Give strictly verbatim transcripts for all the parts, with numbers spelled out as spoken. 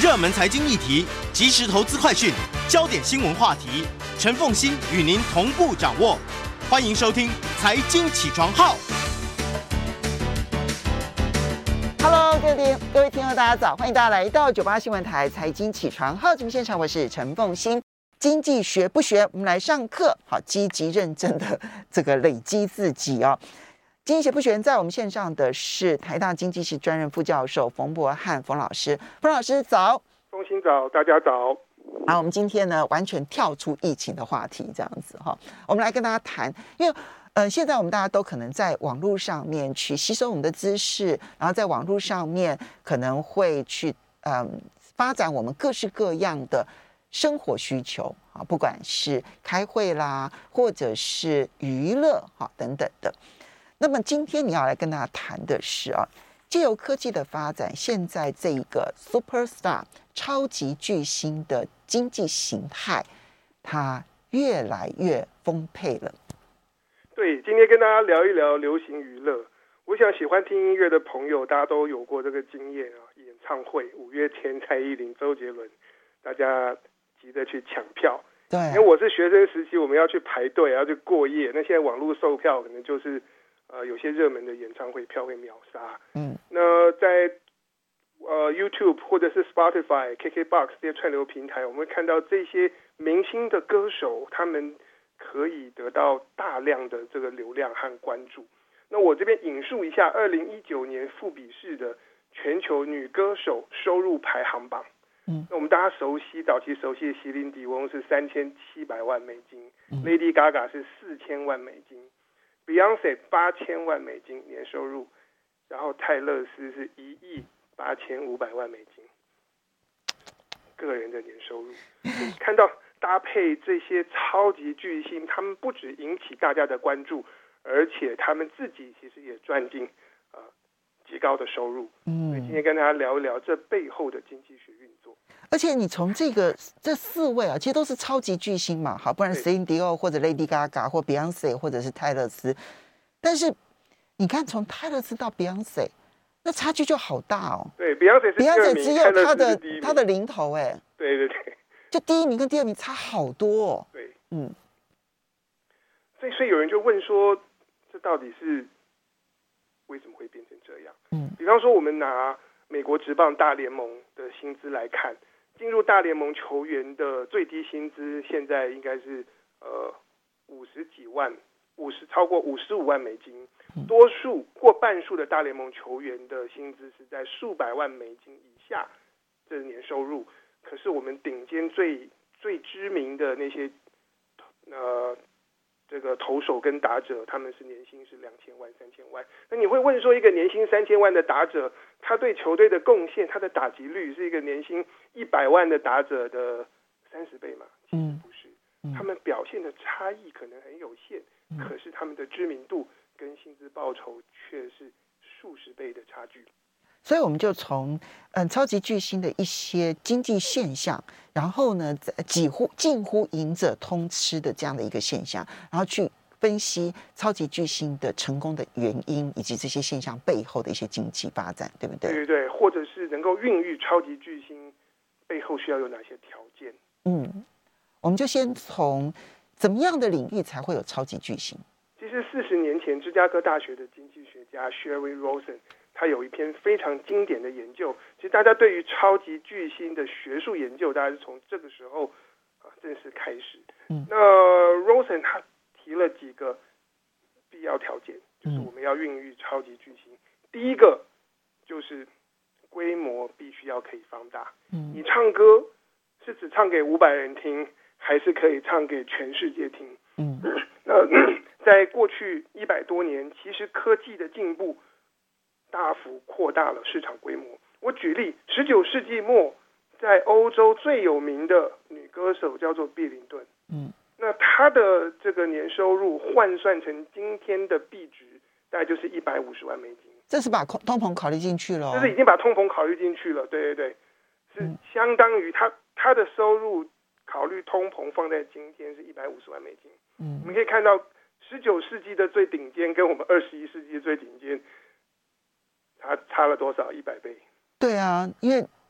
热门财经议题、即时投资快讯、焦点新闻话题，陈凤馨与您同步掌握。欢迎收听《财经起床号》。 Hello， 各位各位听众，大家早！欢迎大家来到九八新闻台财经起床号节目现场，我是陈凤馨。经济学不学，我们来上课。好，积极认真的这个累积自己哦。经济学不学，在我们线上的是台大经济系专任副教授冯博翰冯老师。冯老师早， 凤馨早，大家早。 好，我们今天呢完全跳出疫情的话题，这样子哈，我们来跟大家谈，因为呃现在我们大家都可能在网络上面去吸收我们的知识，然后在网络上面可能会去嗯、呃、发展我们各式各样的生活需求啊，不管是开会啦，或者是娱乐哈等等的。那么今天你要来跟大家谈的是啊，藉由科技的发展，现在这一个 superstar 超级巨星的经济形态，它越来越丰沛了。 对，今天跟大家聊一聊流行娱乐。我想喜欢听音乐的朋友，大家都有过这个经验啊，演唱会，五月天、蔡依林、周杰伦，大家急着去抢票。 对， 因为我是学生时期，我们要去排队，要去过夜。那现在网络售票可能就是呃有些热门的演唱会票会秒杀。嗯，那在呃 YouTube 或者是 Spotify、K K Box 这些串流平台，我们会看到这些明星的歌手，他们可以得到大量的这个流量和关注。那我这边引述一下二零一九年富比士的全球女歌手收入排行榜。嗯，那我们大家熟悉，早期熟悉的席琳迪翁是三千七百万美金、嗯、，Lady Gaga 是四千万美金 ，Beyonce 八千万美金年收入，然后泰勒斯是一亿八千五百万美金，个人的年收入。看到搭配这些超级巨星，他们不只引起大家的关注，而且他们自己其实也赚进呃极高的收入。嗯，所以今天跟大家聊一聊这背后的经济学运作。 而且你从这个这四位啊，其实都是超级巨星嘛，好，不然 Celine Dion 或者 Lady Gaga 或 Beyonce 或者是泰勒斯，但是你看从泰勒斯到 Beyonce， 那差距就好大哦。 对 ，Beyonce 是第二名 ，Beyonce 只有他的他的零头哎、欸。 对对对， 就第一名跟第二名差好多哦。 对， 嗯， 所以所以有人就问说，这到底是为什么会变成这样？嗯，比方说我们拿美国职棒大联盟的薪资来看。进入大联盟球员的最低薪资现在应该是呃五十几万，五十超过五十五万美金，多数或半数的大联盟球员的薪资是在数百万美金以下，这是年收入。可是我们顶尖最最知名的那些呃这个投手跟打者，他们是年薪是两千万、三千万。那你会问说，一个年薪三千万的打者，他对球队的贡献，他的打击率是一个年薪一百万的打者的三十倍吗？其实不是，他们表现的差异可能很有限，可是他们的知名度跟薪资报酬却是数十倍的差距。 所以我们就从嗯超级巨星的一些经济现象，然后呢几乎近乎赢者通吃的这样的一个现象，然后去分析超级巨星的成功的原因，以及这些现象背后的一些经济发展，对不对？ 对对对，或者是能够孕育超级巨星背后需要有哪些条件？嗯， 我们就先从怎么样的领域才会有超级巨星？ 其实四十年前，芝加哥大学的经济学家 Sherry Rosen。他有一篇非常经典的研究，其实大家对于超级巨星的学术研究，大概是从这个时候啊正式开始。嗯，那 Rosen 他提了几个必要条件，就是我们要孕育超级巨星。嗯、第一个就是规模必须要可以放大。嗯，你唱歌是只唱给五百人听，还是可以唱给全世界听？嗯，那在过去一百多年，其实科技的进步大幅扩大了市场规模。我举例，十九世纪末，在欧洲最有名的女歌手叫做毕灵顿。嗯，那她的这个年收入换算成今天的币值，大概就是一百五十万美金。 这是把通膨考虑进去了、哦， 这是已经把通膨考虑进去了。对对对，是相当于她她的收入考虑通膨放在今天是一百五十万美金。嗯，我们可以看到十九世纪的最顶尖跟我们二十一世纪的最顶尖。它差了多少？一百倍。 对啊，因为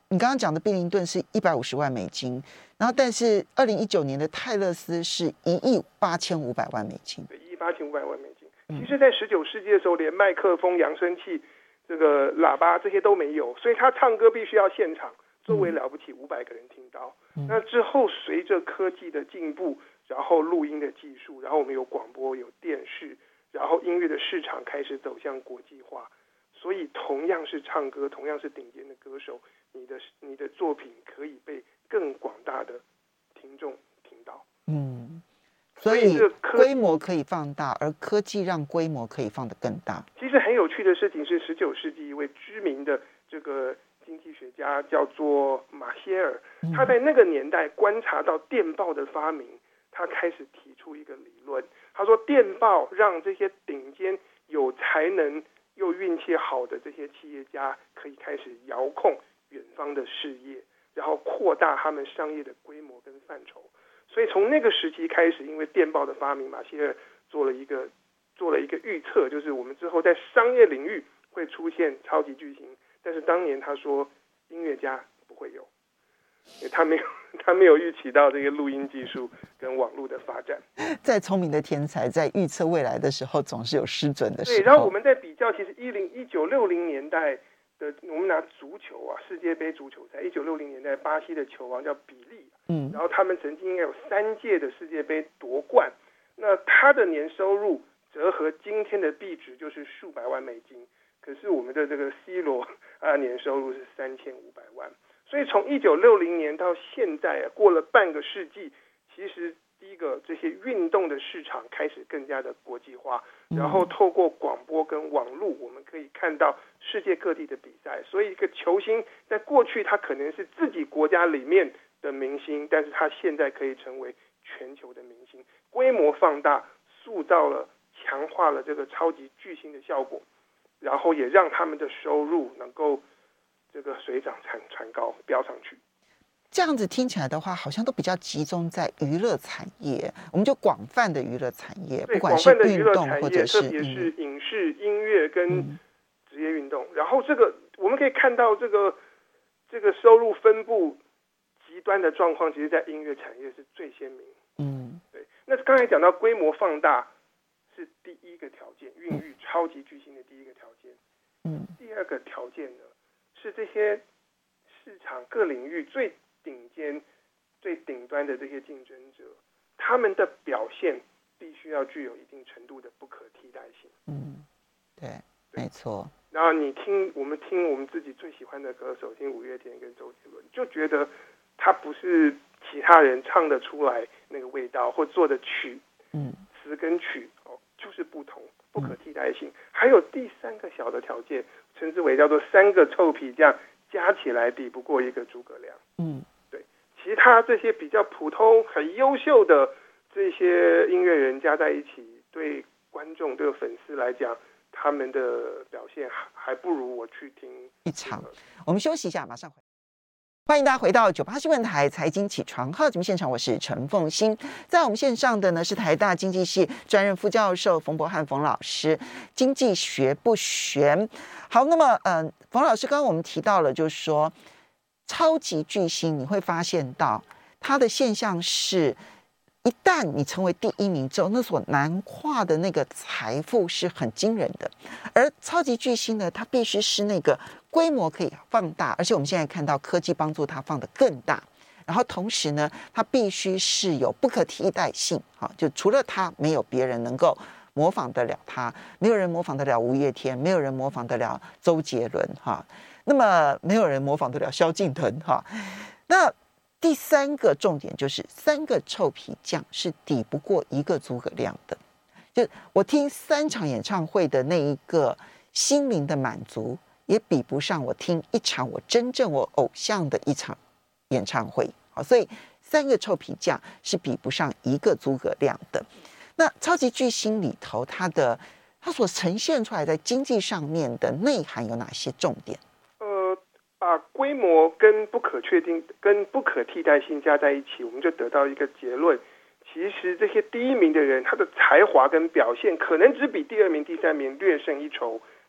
你刚刚讲的宾灵顿是一百五十万美金，然后但是二零一九年的泰勒斯是一亿八千五百万美金， 对，一亿八千五百万美金。其实，在十九世纪的时候，连麦克风、扬声器、这个喇叭这些都没有，所以他唱歌必须要现场，周围了不起五百个人听到。嗯、那之后，随着科技的进步，然后录音的技术，然后我们有广播、有电视，然后音乐的市场开始走向国际化，所以同样是唱歌，同样是顶尖的歌手，你的你的作品可以被更广大的听众听到。嗯。 所以规模可以放大，而科技让规模可以放得更大。 其实很有趣的事情是，十九世纪一位知名的这个经济学家叫做马歇尔，他在那个年代观察到电报的发明，他开始提出一个理论。他说，电报让这些顶尖、有才能又运气好的这些企业家可以开始遥控远方的事业，然后扩大他们商业的规模跟范畴。所以从那个时期开始，因为电报的发明，马歇尔做了一个做了一个预测，就是我们之后在商业领域会出现超级巨星。但是当年他说，音乐家不会有，因为他没有他没有预期到这个录音技术跟网络的发展。 再聪明的天才，在预测未来的时候，总是有失准的时候。 对，然后我们在比较，其实一零一九六零年代的，我们拿足球啊，世界杯足球赛，一九六零年代巴西的球王叫比利。嗯，然后他们曾经应该有三届的世界杯夺冠，那他的年收入折合今天的币值就是数百万美金，可是我们的这个 C 罗啊年收入是三千五百万，所以从一九六零年到现在啊，过了半个世纪，其实第一个这些运动的市场开始更加的国际化，然后透过广播跟网络，我们可以看到世界各地的比赛，所以一个球星在过去他可能是自己国家里面的明星，但是他现在可以成为全球的明星，规模放大，塑造了、强化了这个超级巨星的效果，然后也让他们的收入能够这个水涨船船高飙上去。 这样子听起来的话，好像都比较集中在娱乐产业，我们就广泛的娱乐产业，不管是运动或者是特别是影视、音乐跟职业运动。嗯、然后这个我们可以看到，这个这个收入分布极端的状况，其实在音乐产业是最鲜明。嗯，对。那刚才讲到规模放大是第一个条件，孕育超级巨星的第一个条件。嗯，第二个条件呢是这些市场各领域最顶尖、最顶端的这些竞争者，他们的表现必须要具有一定程度的不可替代性。 嗯，对，没错。 然后你听我们听我们自己最喜欢的歌手，听五月天跟周杰伦，就觉得他不是其他人唱得出来那个味道，或做的曲，嗯，词跟曲哦，就是不同，不可替代性。嗯、还有第三个小的条件，称之为叫做三个臭皮匠加起来比不过一个诸葛亮。嗯。其他这些比较普通、很优秀的这些音乐人加在一起，对观众、对粉丝来讲，他们的表现还不如我去听一场。我们休息一下，马上回来。欢迎大家回到九八新闻台财经起床号节目现场，我是陈凤馨。在我们线上的呢是台大经济系专任副教授冯博翰冯老师，经济学不玄。好，那么嗯、呃，冯老师刚刚我们提到了，就是说。超级巨星，你会发现到它的现象是，一旦你成为第一名之后，那所囊括的那个财富是很惊人的。而超级巨星呢，它必须是那个规模可以放大，而且我们现在看到科技帮助它放得更大。然后同时呢，它必须是有不可替代性，哈，就除了它，没有别人能够模仿得了它，没有人模仿得了五月天，没有人模仿得了周杰伦，哈。那么没有人模仿得了萧敬腾哈。那第三个重点就是三个臭皮匠是抵不过一个诸葛亮的。就我听三场演唱会的那一个心灵的满足，也比不上我听一场我真正我偶像的一场演唱会。好，所以三个臭皮匠是比不上一个诸葛亮的。那超级巨星里头，它的它所呈现出来在经济上面的内涵有哪些重点？ 把规模跟不可确定、跟不可替代性加在一起，我们就得到一个结论：其实这些第一名的人，他的才华跟表现可能只比第二名、第三名略胜一筹，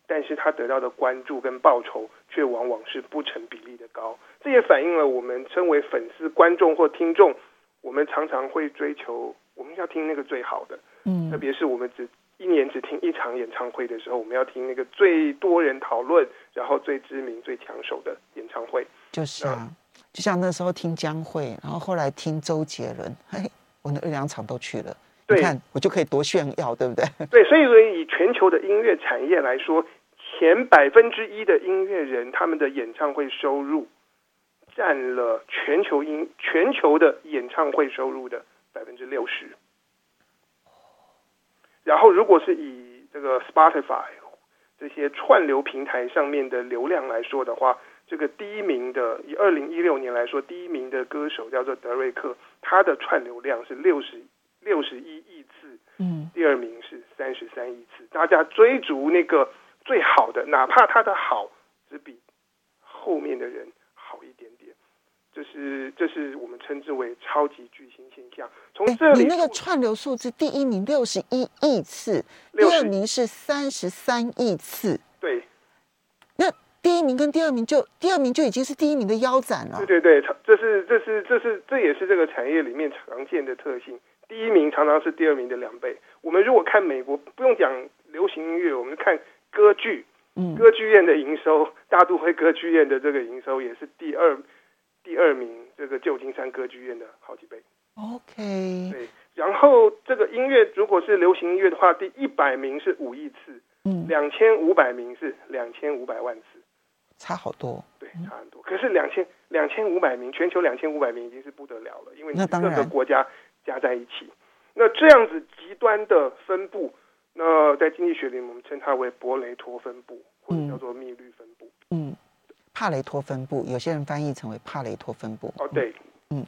但是他得到的关注跟报酬却往往是不成比例的高。这也反映了我们身为粉丝、观众或听众，我们常常会追求我们要听那个最好的，嗯，特别是我们只一年只听一场演唱会的时候，我们要听那个最多人讨论，然后最知名、最抢手的演唱会。 就是啊，就像那时候听江蕙，然后后来听周杰伦，嘿，我那两场都去了。你看，我就可以多炫耀，对不对？ 对，所以说以全球的音乐产业来说，前百分之一的音乐人他们的演唱会收入占了全球音全球的演唱会收入的百分之六十。然后，如果是以这个 Spotify 这些串流平台上面的流量来说的话，这个第一名的，以二零一六年来说，第一名的歌手叫做德瑞克，他的串流量是六十六十一亿次，嗯，第二名是三十三亿次。大家追逐那个最好的，哪怕他的好只比后面的人好一点点，这是这是我们称之为超级巨星现象。从这里， 你那个串流数字，第一名六十一亿次，第二名是三十三亿次， 对。 那第一名跟第二名就第二名就已经是第一名的腰斩了。 对对对，这是这是这是这也是这个产业里面常见的特性。第一名常常是第二名的两倍。我们如果看美国，不用讲流行音乐，我们看歌剧，嗯，歌剧院的营收，大都会歌剧院的这个营收也是第二第二名这个旧金山歌剧院的好几倍。 OK， 对。然后这个音乐如果是流行音乐的话，第一百名是五亿次，嗯，两千五百名是两千五百万次， 差好多。 对，差很多。可是两千两千五百名，全球两千五百名已经是不得了了，因为你各个国家加在一起，那这样子极端的分布，那在经济学里我们称它为伯雷托分布，或者叫做密律分布。 嗯，帕雷托分布，有些人翻译成为帕雷托分布。 哦，对， 嗯。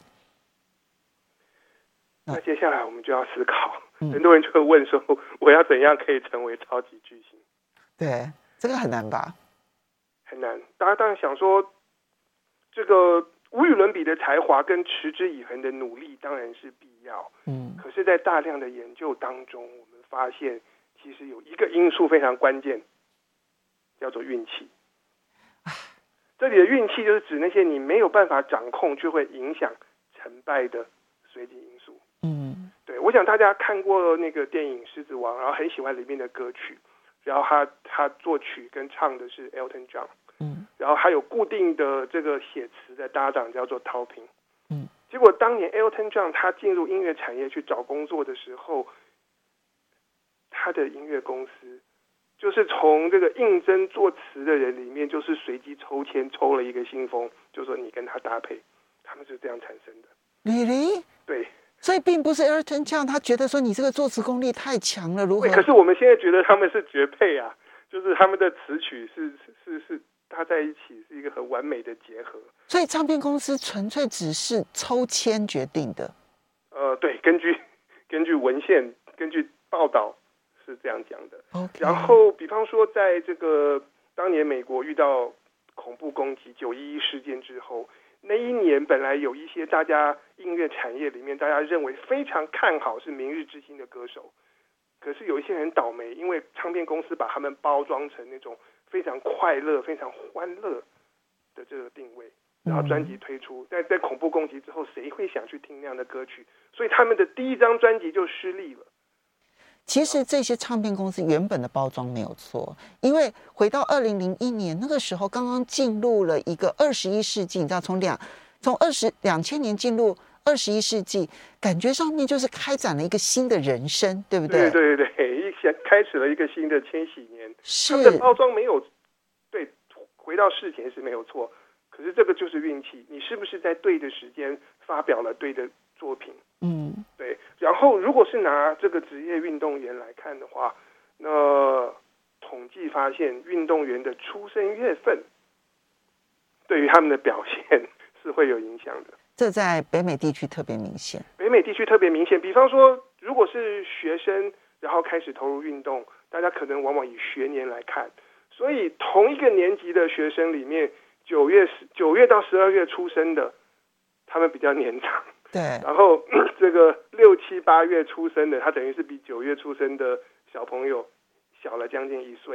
那接下来我们就要思考，嗯、很多人就会问说，我要怎样可以成为超级巨星？ 对，这个很难吧？ 很难。大家当然想说，这个无与伦比的才华跟持之以恒的努力当然是必要。嗯，可是，在大量的研究当中，我们发现其实有一个因素非常关键，叫做运气。这里的运气就是指那些你没有办法掌控，却会影响成败的随机因素。嗯，对，我想大家看过那个电影《狮子王》，然后很喜欢里面的歌曲，然后他他作曲跟唱的是 Elton John。嗯，然后还有固定的这个写词的搭档叫做陶平。嗯，结果当年 Elton John 他进入音乐产业去找工作的时候，他的音乐公司就是从这个应征作词的人里面，就是随机抽签抽了一个信封，就说你跟他搭配，他们是这样产生的。 Really？ 对。 所以并不是 Elton John 他觉得说你这个作词功力太强了，如何？ 可是我们现在觉得他们是绝配啊，就是他们的词曲是是是搭在一起是一个很完美的结合。 所以唱片公司纯粹只是抽签决定的。 呃，对，根据根据文献、根据报道是这样讲的。Okay. 然后，比方说，在这个当年美国遇到恐怖攻击九一一事件之后。那一年本来有一些大家音乐产业里面大家认为非常看好是明日之星的歌手，可是有一些人倒霉，因为唱片公司把他们包装成那种非常快乐非常欢乐的这个定位，然后专辑推出，在在恐怖攻击之后谁会想去听那样的歌曲，所以他们的第一张专辑就失利了。 其实这些唱片公司原本的包装没有错，因为回到二零零一年那个时候，刚刚进入了一个二十一世纪，你知道，从两从二十两千年进入二十一世纪，感觉上面就是开展了一个新的人生，对不对？ 对对对，一开始了一个新的千禧年。是，他们的包装没有对，回到事前是没有错，可是这个就是运气，你是不是在对的时间发表了对的作品？嗯，对。然后，如果是拿这个职业运动员来看的话，那统计发现，运动员的出生月份对于他们的表现是会有影响的。 这在北美地区特别明显。 北美地区特别明显，比方说，如果是学生，然后开始投入运动，大家可能往往以学年来看，所以同一个年级的学生里面，九月九月到十二月出生的，他们比较年长。 对， 然后这个六七八月出生的，他等于是比九月出生的小朋友小了将近一岁。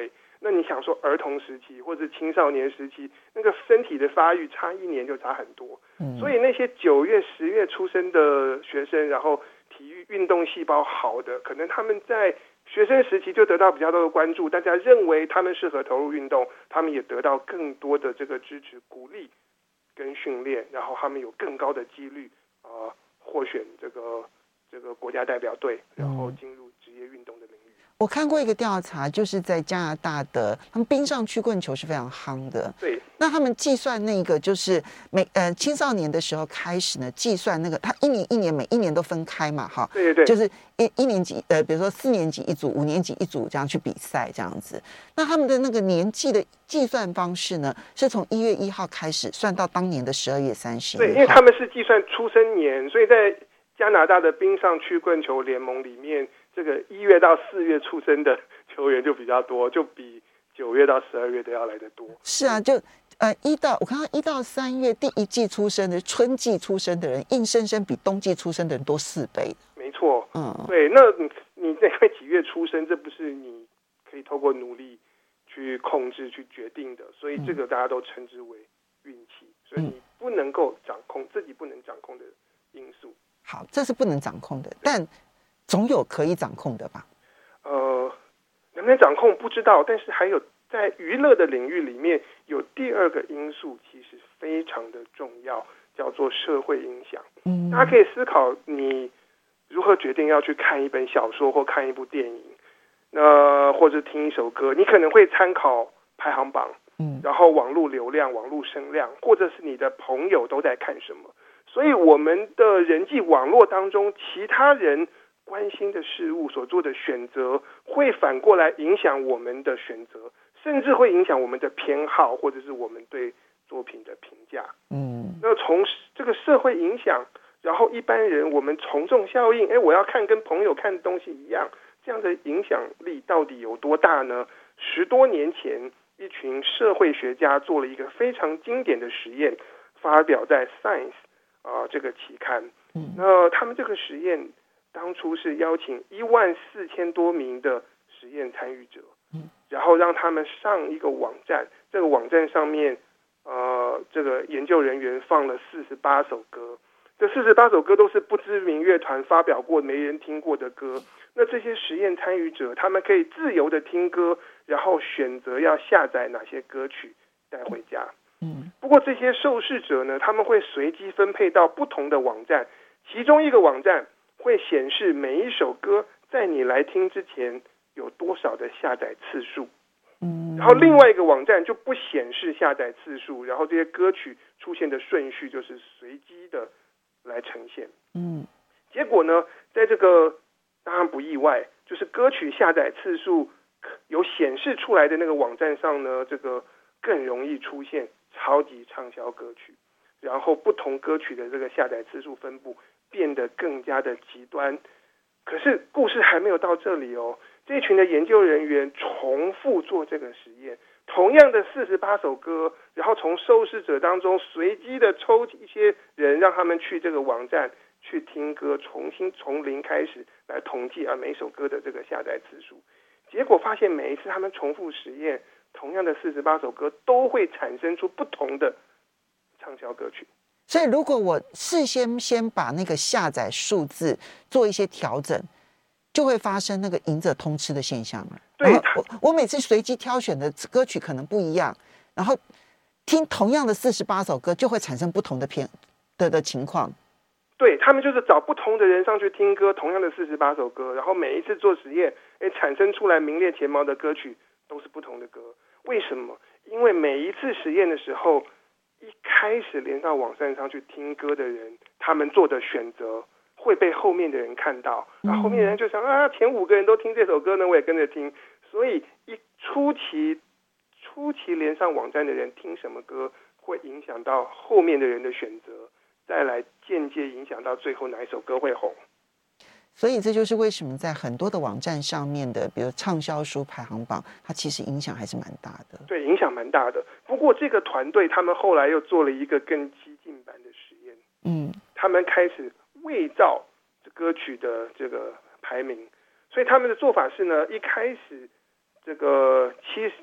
那你想说儿童时期或者青少年时期，那个身体的发育差一年就差很多。嗯，所以那些九月、十月出生的学生，然后体育运动细胞好的，可能他们在学生时期就得到比较多的关注，大家认为他们适合投入运动，他们也得到更多的这个支持、鼓励跟训练，然后他们有更高的几率呃获选这个这个国家代表队，然后进入职业运动的领域。 我看过一个调查，就是在加拿大的，他们冰上曲棍球是非常夯的。 对， 那他们计算那个就是每呃青少年的时候开始呢，计算那个他一年一年每一年都分开嘛，哈， 对对对， 就是一一年级呃，比如说四年级一组，五年级一组这样去比赛这样子。那他们的那个年纪的计算方式呢，是从一月一号开始算到当年的十二月三十一号。 对，因为他们是计算出生年，所以在加拿大的冰上曲棍球联盟里面，这个一月到四月出生的球员就比较多，就比九月到十二月的要来得多。 是啊，就呃一到我看到一到三月第一季出生的春季出生的人，硬生生比冬季出生的人多四倍。 没错， 嗯， 对，那你你在几月出生，这不是你可以透过努力去控制、去决定的，所以这个大家都称之为运气。所以你不能够掌控自己不能掌控的因素。 好，这是不能掌控的，但总有可以掌控的吧？ 呃，能不能掌控不知道，但是还有在娱乐的领域里面有第二个因素，其实非常的重要，叫做社会影响。嗯，大家可以思考你如何决定要去看一本小说或看一部电影，那或者听一首歌，你可能会参考排行榜，嗯，然后网络流量、网络声量，或者是你的朋友都在看什么。所以我们的人际网络当中，其他人关心的事物所做的选择，会反过来影响我们的选择，甚至会影响我们的偏好，或者是我们对作品的评价。嗯，那从这个社会影响，然后一般人我们从众效应，哎，我要看跟朋友看的东西一样，这样的影响力到底有多大呢？十多年前，一群社会学家做了一个非常经典的实验，发表在 Science。啊、呃，这个期刊，那他们这个实验当初是邀请一万四千多名的实验参与者，然后让他们上一个网站，这个网站上面，呃，这个研究人员放了四十八首歌，这四十八首歌都是不知名乐团发表过、没人听过的歌。那这些实验参与者，他们可以自由的听歌，然后选择要下载哪些歌曲带回家。不过这些受试者呢，他们会随机分配到不同的网站，其中一个网站会显示每一首歌在你来听之前有多少的下载次数，然后另外一个网站就不显示下载次数，然后这些歌曲出现的顺序就是随机的来呈现。嗯，结果呢，在这个当然不意外，就是歌曲下载次数有显示出来的那个网站上呢，这个更容易出现超级畅销歌曲，然后不同歌曲的这个下载次数分布变得更加的极端。可是故事还没有到这里哦，这群的研究人员重复做这个实验，同样的四十八首歌，然后从受试者当中随机的抽一些人，让他们去这个网站去听歌，重新从零开始来统计啊每首歌的这个下载次数。结果发现每一次他们重复实验，同样的四十八首歌都会产生出不同的畅销歌曲。 所以如果我事先先把那个下载数字做一些调整，就会发生那个赢者通吃的现象了。 对， 我我每次随机挑选的歌曲可能不一样，然后听同样的四十八首歌，就会产生不同的偏的的情况。 对，他们就是找不同的人上去听歌，同样的四十八首歌，然后每一次做实验，哎，产生出来名列前茅的歌曲都是不同的歌。为什么？因为每一次实验的时候，一开始连到网站上去听歌的人，他们做的选择会被后面的人看到，然后后面的人就想啊，前五个人都听这首歌呢，我也跟着听。所以一初期初期连上网站的人听什么歌，会影响到后面的人的选择，再来间接影响到最后哪一首歌会红。 所以这就是为什么在很多的网站上面的，比如畅销书排行榜，它其实影响还是蛮大的。 对，影响蛮大的。不过这个团队他们后来又做了一个更激进版的实验，嗯，他们开始伪造歌曲的这个排名。所以他们的做法是呢，一开始这个七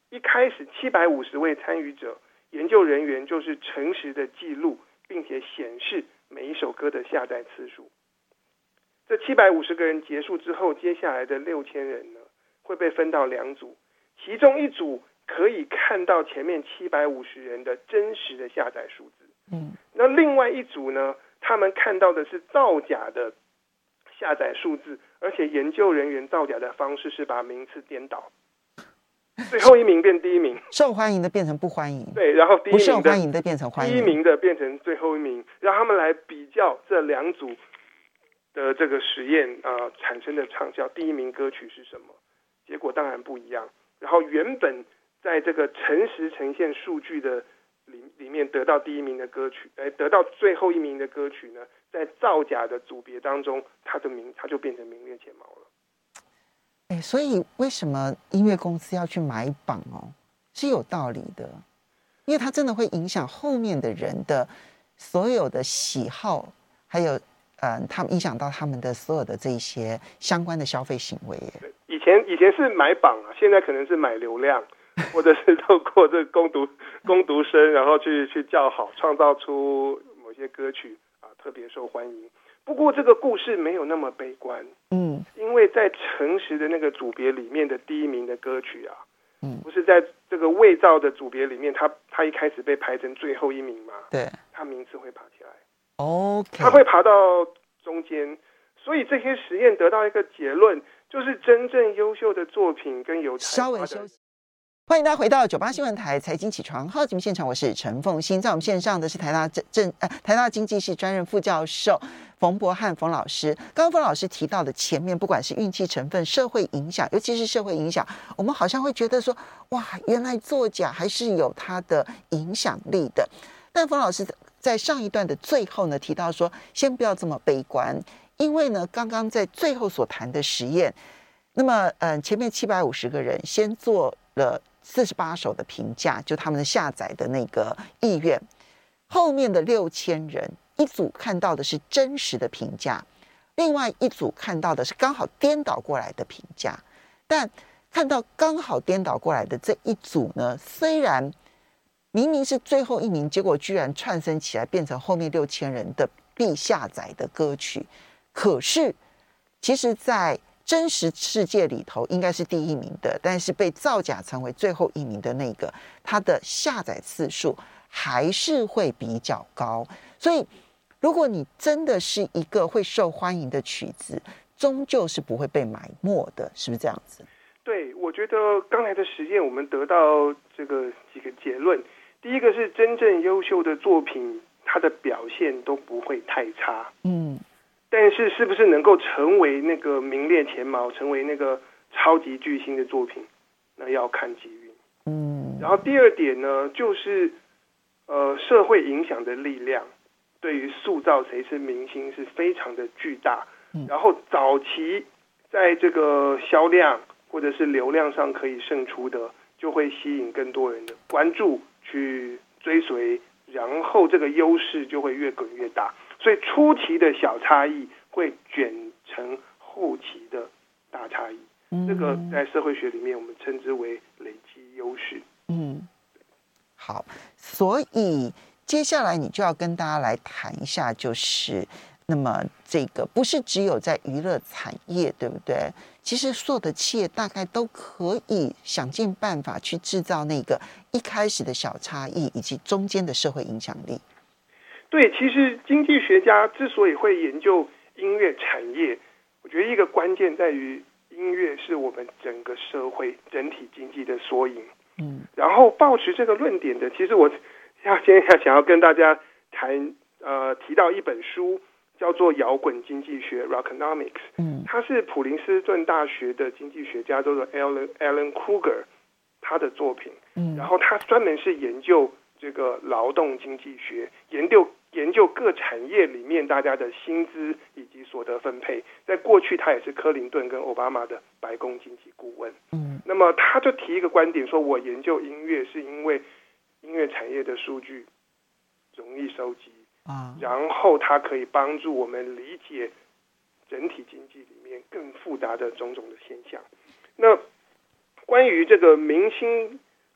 一开始七百五十位参与者，研究人员就是诚实的记录，并且显示每一首歌的下载次数。这七百五十个人结束之后，接下来的六千人呢，会被分到两组，其中一组可以看到前面七百五十人的真实的下载数字，嗯，那另外一组呢，他们看到的是造假的下载数字，而且研究人员造假的方式是把名次颠倒，最后一名变第一名， 受欢迎的变成不欢迎， 对，然后第一名的不受欢迎的变成欢迎， 第一名的变成最后一名，让他们来比较这两组的这个实验呃产生的畅销第一名歌曲是什么？结果当然不一样。然后原本在这个诚实呈现数据的里里面得到第一名的歌曲，哎，得到最后一名的歌曲呢，在造假的组别当中，它的名它就变成名列前茅了。 哎，所以为什么音乐公司要去买榜哦？是有道理的，因为它真的会影响后面的人的所有的喜好，还有。嗯，他们影响到他们的所有的这一些相关的消费行为耶。 以前以前是买榜啊，现在可能是买流量，或者是透过这个攻读攻读生，然后去去叫好，创造出某些歌曲啊特别受欢迎。不过这个故事没有那么悲观，嗯，因为在诚实的那个组别里面的第一名的歌曲啊，嗯，不是在这个伪造的组别里面，他他一开始被排成最后一名嘛， 对， 他名次会爬起来。 OK， 它会爬到中间，所以这些实验得到一个结论，就是真正优秀的作品跟有才华的。 稍微休息，欢迎大家回到九八新闻台财经起床号节目现场，我是陈凤馨，在我们线上的是台大政呃台大经济系专任副教授冯博翰冯老师。刚刚冯老师提到的前面，不管是运气成分、社会影响，尤其是社会影响，我们好像会觉得说，哇，原来作假还是有它的影响力的。但冯老师在上一段的最后呢，提到说，先不要这么悲观，因为呢，刚刚在最后所谈的实验，那么，嗯，前面七百五十个人先做了四十八首的评价，就他们的下载的那个意愿，后面的六千人，一组看到的是真实的评价，另外一组看到的是刚好颠倒过来的评价，但看到刚好颠倒过来的这一组呢，虽然明明是最后一名，结果居然串升起来变成后面六千人的必下载的歌曲。可是，其实，在真实世界里头，应该是第一名的，但是被造假成为最后一名的那个，它的下载次数还是会比较高。所以，如果你真的是一个会受欢迎的曲子，终究是不会被埋没的，是不是这样子？ 对，我觉得刚才的实验，我们得到这个几个结论。第一个是真正优秀的作品，它的表现都不会太差。嗯，但是是不是能够成为那个名列前茅，成为那个超级巨星的作品，那要看机运。嗯，然后第二点呢，就是呃社会影响的力量对于塑造谁是明星是非常的巨大。嗯，然后早期在这个销量或者是流量上可以胜出的，就会吸引更多人的关注去追随，然后这个优势就会越滚越大。所以初期的小差异会卷成后期的大差异。嗯，这个在社会学里面我们称之为累积优势。嗯， 好，所以接下来你就要跟大家来谈一下，就是那么这个不是只有在娱乐产业，对不对？其实所有的企业大概都可以想尽办法去制造那个一开始的小差异，以及中间的社会影响力。 对，其实经济学家之所以会研究音乐产业，我觉得一个关键在于音乐是我们整个社会整体经济的缩影。嗯，然后抱持这个论点的，其实我要今天想要跟大家谈，呃，提到一本书。叫做摇滚经济学 Rockonomics， 嗯，他是普林斯顿大学的经济学家，叫做 Alan Alan Kruger， 他的作品，嗯，然后他专门是研究这个劳动经济学，研究研究各产业里面大家的薪资以及所得分配。在过去，他也是克林顿跟奥巴马的白宫经济顾问，嗯，那么他就提一个观点，说我研究音乐是因为音乐产业的数据容易收集。然后它可以帮助我们理解整体经济里面更复杂的种种的现象。那关于这个明星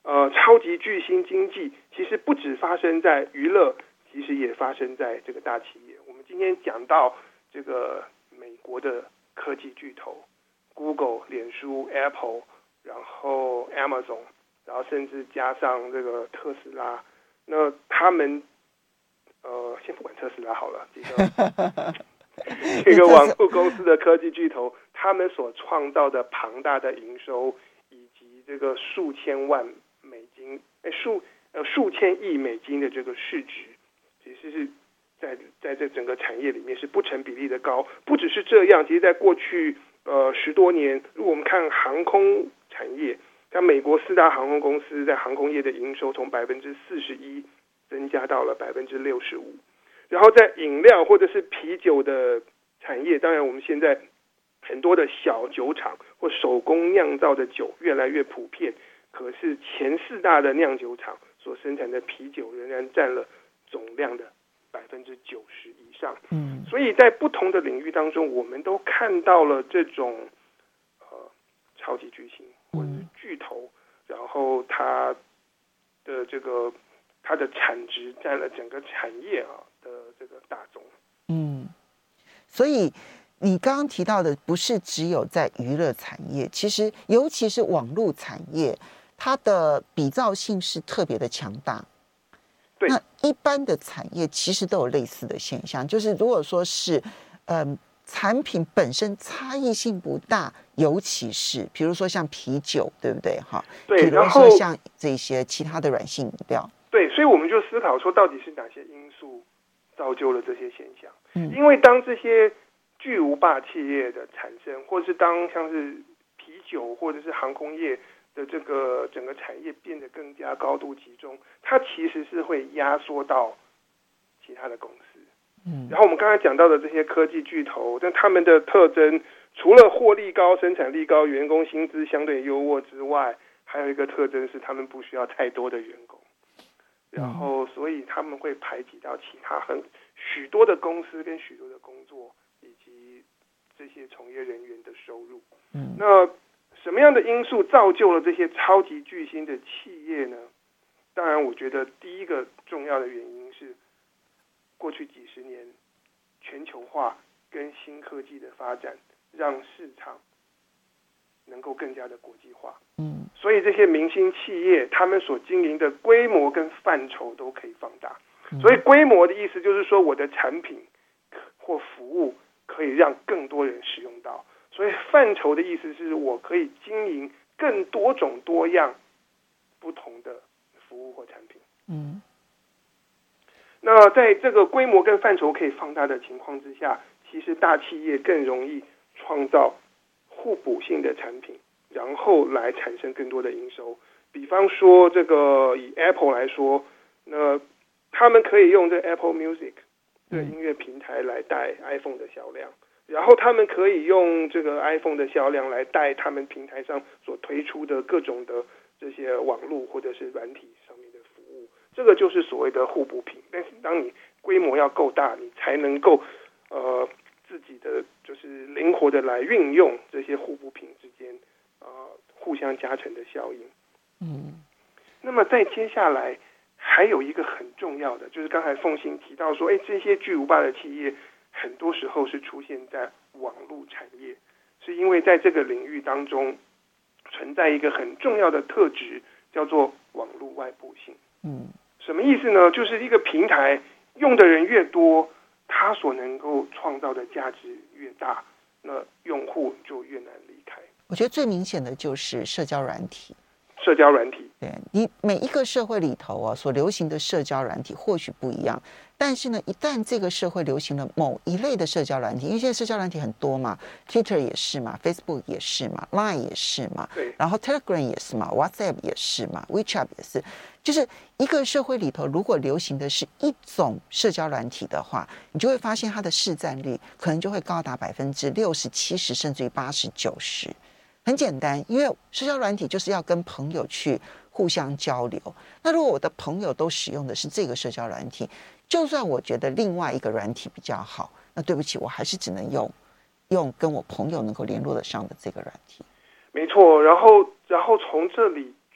呃超级巨星经济其实不只发生在娱乐，其实也发生在这个大企业。我们今天讲到这个美国的科技巨头 Google、脸书、Apple， 然后 Amazon， 然后甚至加上这个特斯拉，那他们呃先不管特斯拉好了，这个这个网络公司的科技巨头，他们所创造的庞大的营收，以及这个数千万美金、哎数呃数千亿美金的这个市值，其实是在在这整个产业里面是不成比例的高。不只是这样，其实在过去呃十多年，如果我们看航空产业，像美国四大航空公司在航空业的营收从百分之四十一增加到了百分之六十五。然后在饮料或者是啤酒的产业，当然我们现在很多的小酒厂或手工酿造的酒越来越普遍，可是前四大的酿酒厂所生产的啤酒仍然占了总量的百分之九十以上。嗯，所以在不同的领域当中，我们都看到了这种呃超级巨星或者是巨头，然后它的这个它的产值占了整个产业啊的这个大宗。 嗯，所以你刚刚提到的不是只有在娱乐产业，其实尤其是网络产业，它的比照性是特别的强大。 对， 那一般的产业其实都有类似的现象，就是如果说是嗯产品本身差异性不大，尤其是比如说像啤酒，对不对？哈， 对， 比如说像这些其他的软性饮料。 对，所以我们就思考说，到底是哪些因素造就了这些现象？ 嗯， 因为当这些巨无霸企业的产生，或者是当像是啤酒或者是航空业的这个整个产业变得更加高度集中，它其实是会压缩到其他的公司。嗯，然后我们刚才讲到的这些科技巨头，但他们的特征除了获利高、生产力高、员工薪资相对优渥之外，还有一个特征是他们不需要太多的员工。然后，所以他们会排挤到其他很许多的公司跟许多的工作，以及这些从业人员的收入。嗯，那什么样的因素造就了这些超级巨星的企业呢？当然，我觉得第一个重要的原因是过去几十年全球化跟新科技的发展，让市场能够更加的国际化。嗯，所以这些明星企业他们所经营的规模跟范畴都可以放大。所以规模的意思就是说，我的产品或服务可以让更多人使用到。所以范畴的意思是我可以经营更多种多样不同的服务或产品。嗯，那在这个规模跟范畴可以放大的情况之下，其实大企业更容易创造互补性的产品，然后来产生更多的营收。比方说，这个以 Apple 来说，那他们可以用这 Apple Music 的音乐平台来带 iPhone 的销量，然后他们可以用这个 iPhone 的销量来带他们平台上所推出的各种的这些网络或者是软体上面的服务。这个就是所谓的互补品。但是当你规模要够大，你才能够呃自己的就是灵活的来运用这些互补品之间呃互相加成的效应。嗯，那么在接下来还有一个很重要的，就是刚才凤馨提到说，哎，这些巨无霸的企业很多时候是出现在网络产业，是因为在这个领域当中存在一个很重要的特质，叫做网络外部性。嗯，什么意思呢？就是一个平台用的人越多，它所能够创造的价值越大，那用户就越难离开。 我觉得最明显的就是社交软体。 社交软体， 对，你每一个社会里头啊，所流行的社交软体或许不一样，但是呢，一旦这个社会流行了某一类的社交软体，因为现在社交软体很多嘛 ，Twitter 也是嘛 ，Facebook 也是嘛 ，Line 也是嘛， 对， 然后 Telegram 也是嘛 ，WhatsApp 也是嘛 ，WeChat 也是，就是一个社会里头，如果流行的是一种社交软体的话，你就会发现它的市占率可能就会高达百分之六十、七十，甚至于八十、九十。很简单，因为社交软体就是要跟朋友去互相交流。那如果我的朋友都使用的是这个社交软体，就算我觉得另外一个软体比较好，那对不起，我还是只能用用跟我朋友能够联络得上的这个软体。 没错，然后然后从这里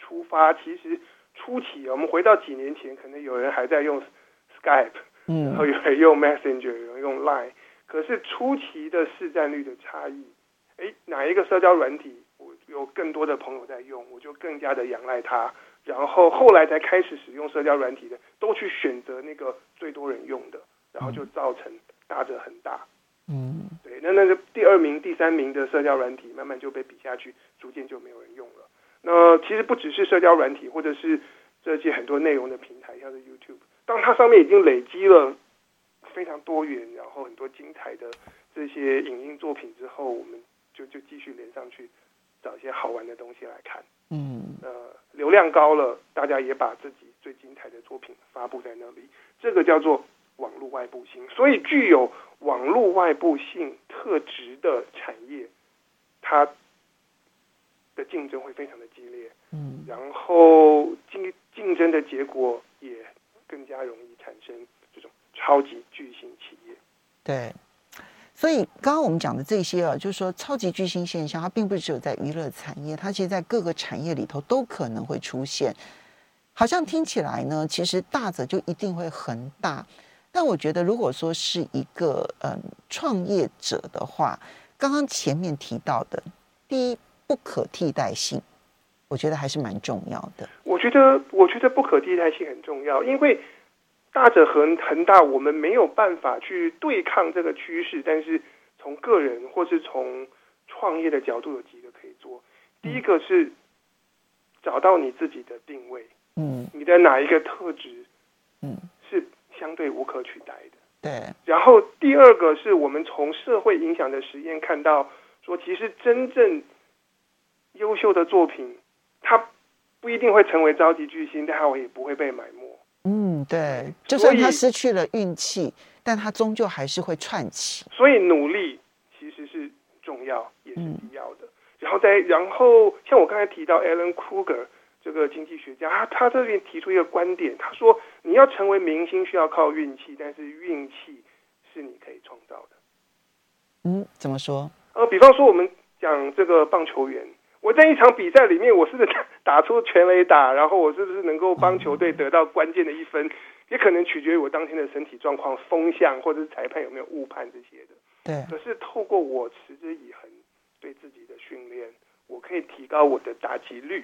出发，其实初期我们回到几年前，可能有人还在用 Skype， 嗯，然后有人用 Messenger， 有人用 Line， 可是初期的市占率的差异，哎，哪一个社交软体我有更多的朋友在用，我就更加的仰赖它。然后后来才开始使用社交软体的，都去选择那个最多人用的，然后就造成大者很大。嗯，对，那那个第二名、第三名的社交软体慢慢就被比下去，逐渐就没有人用了。那其实不只是社交软体，或者是这些很多内容的平台，像是 YouTube， 当它上面已经累积了非常多元，然后很多精彩的这些影音作品之后，我们就就继续连上去，找一些好玩的东西来看。嗯，呃，流量高了，大家也把自己最精彩的作品发布在那里，这个叫做网络外部性。所以具有网络外部性特质的产业，它的竞争会非常的激烈，嗯，然后竞竞争的结果也更加容易产生这种超级巨星企业。 对。所以刚刚我们讲的这些啊，就是说超级巨星现象，它并不是只有在娱乐产业，它其实在各个产业里头都可能会出现。好像听起来呢，其实大者就一定会很大，但我觉得如果说是一个嗯创业者的话，刚刚前面提到的，第一不可替代性，我觉得还是蛮重要的。 我觉得我觉得不可替代性很重要，因为大者恒恒大，我们没有办法去对抗这个趋势，但是从个人或是从创业的角度有几个可以做。第一个是找到你自己的定位，嗯，你的哪一个特质，嗯，是相对无可取代的。 对。 然后第二个是我们从社会影响的实验看到，说其实真正优秀的作品，它不一定会成为超级巨星，但它也不会被埋没。 嗯，对，就算他失去了运气，但他终究还是会串起。 所以努力其实是重要，也是必要的。嗯、然后再然后，像我刚才提到 Alan Kruger 这个经济学家，他他这边提出一个观点，他说你要成为明星需要靠运气，但是运气是你可以创造的。 嗯，怎么说？ 呃，比方说我们讲这个棒球员。我在一场比赛里面，我是不是打出全垒打，然后我是不是能够帮球队得到关键的一分，也可能取决于我当天的身体状况、风向，或者是裁判有没有误判这些的。 对。 可是透过我持之以恒对自己的训练，我可以提高我的打击率。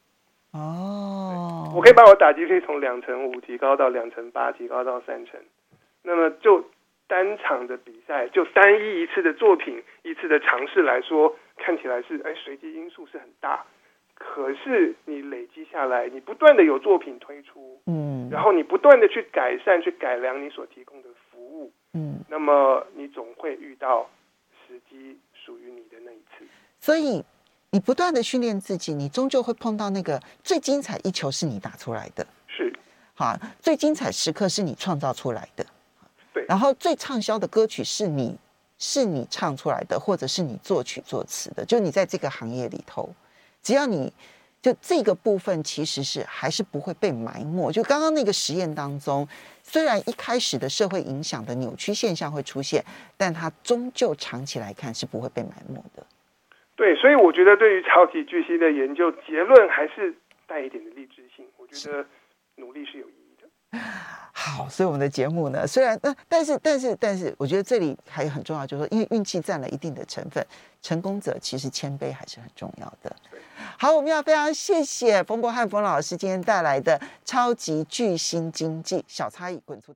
哦。我可以把我打击率从两成五提高到两成八，提高到三成。那么就单场的比赛，就三一一次的作品，一次的尝试来说。看起来是哎，随机因素是很大，可是你累积下来，你不断的有作品推出，嗯，然后你不断的去改善、去改良你所提供的服务，嗯，那么你总会遇到时机属于你的那一次。 所以你不断的训练自己，你终究会碰到那个最精彩一球是你打出来的， 是， 好，最精彩时刻是你创造出来的， 对， 然后最畅销的歌曲是你。是你唱出来的，或者是你作曲作词的，就你在这个行业里头，只要你就这个部分其实是还是不会被埋没。就刚刚那个实验当中，虽然一开始的社会影响的扭曲现象会出现，但它终究长期来看是不会被埋没的。 对，所以我觉得对于超级巨星的研究，结论还是带一点的励志性。我觉得努力是有意义的。 好，所以我们的节目呢，虽然那但是但是但是，我觉得这里还很重要，就是说，因为运气占了一定的成分，成功者其实谦卑还是很重要的。好，我们要非常谢谢冯柏翰冯老师今天带来的超级巨星经济小差异滚出。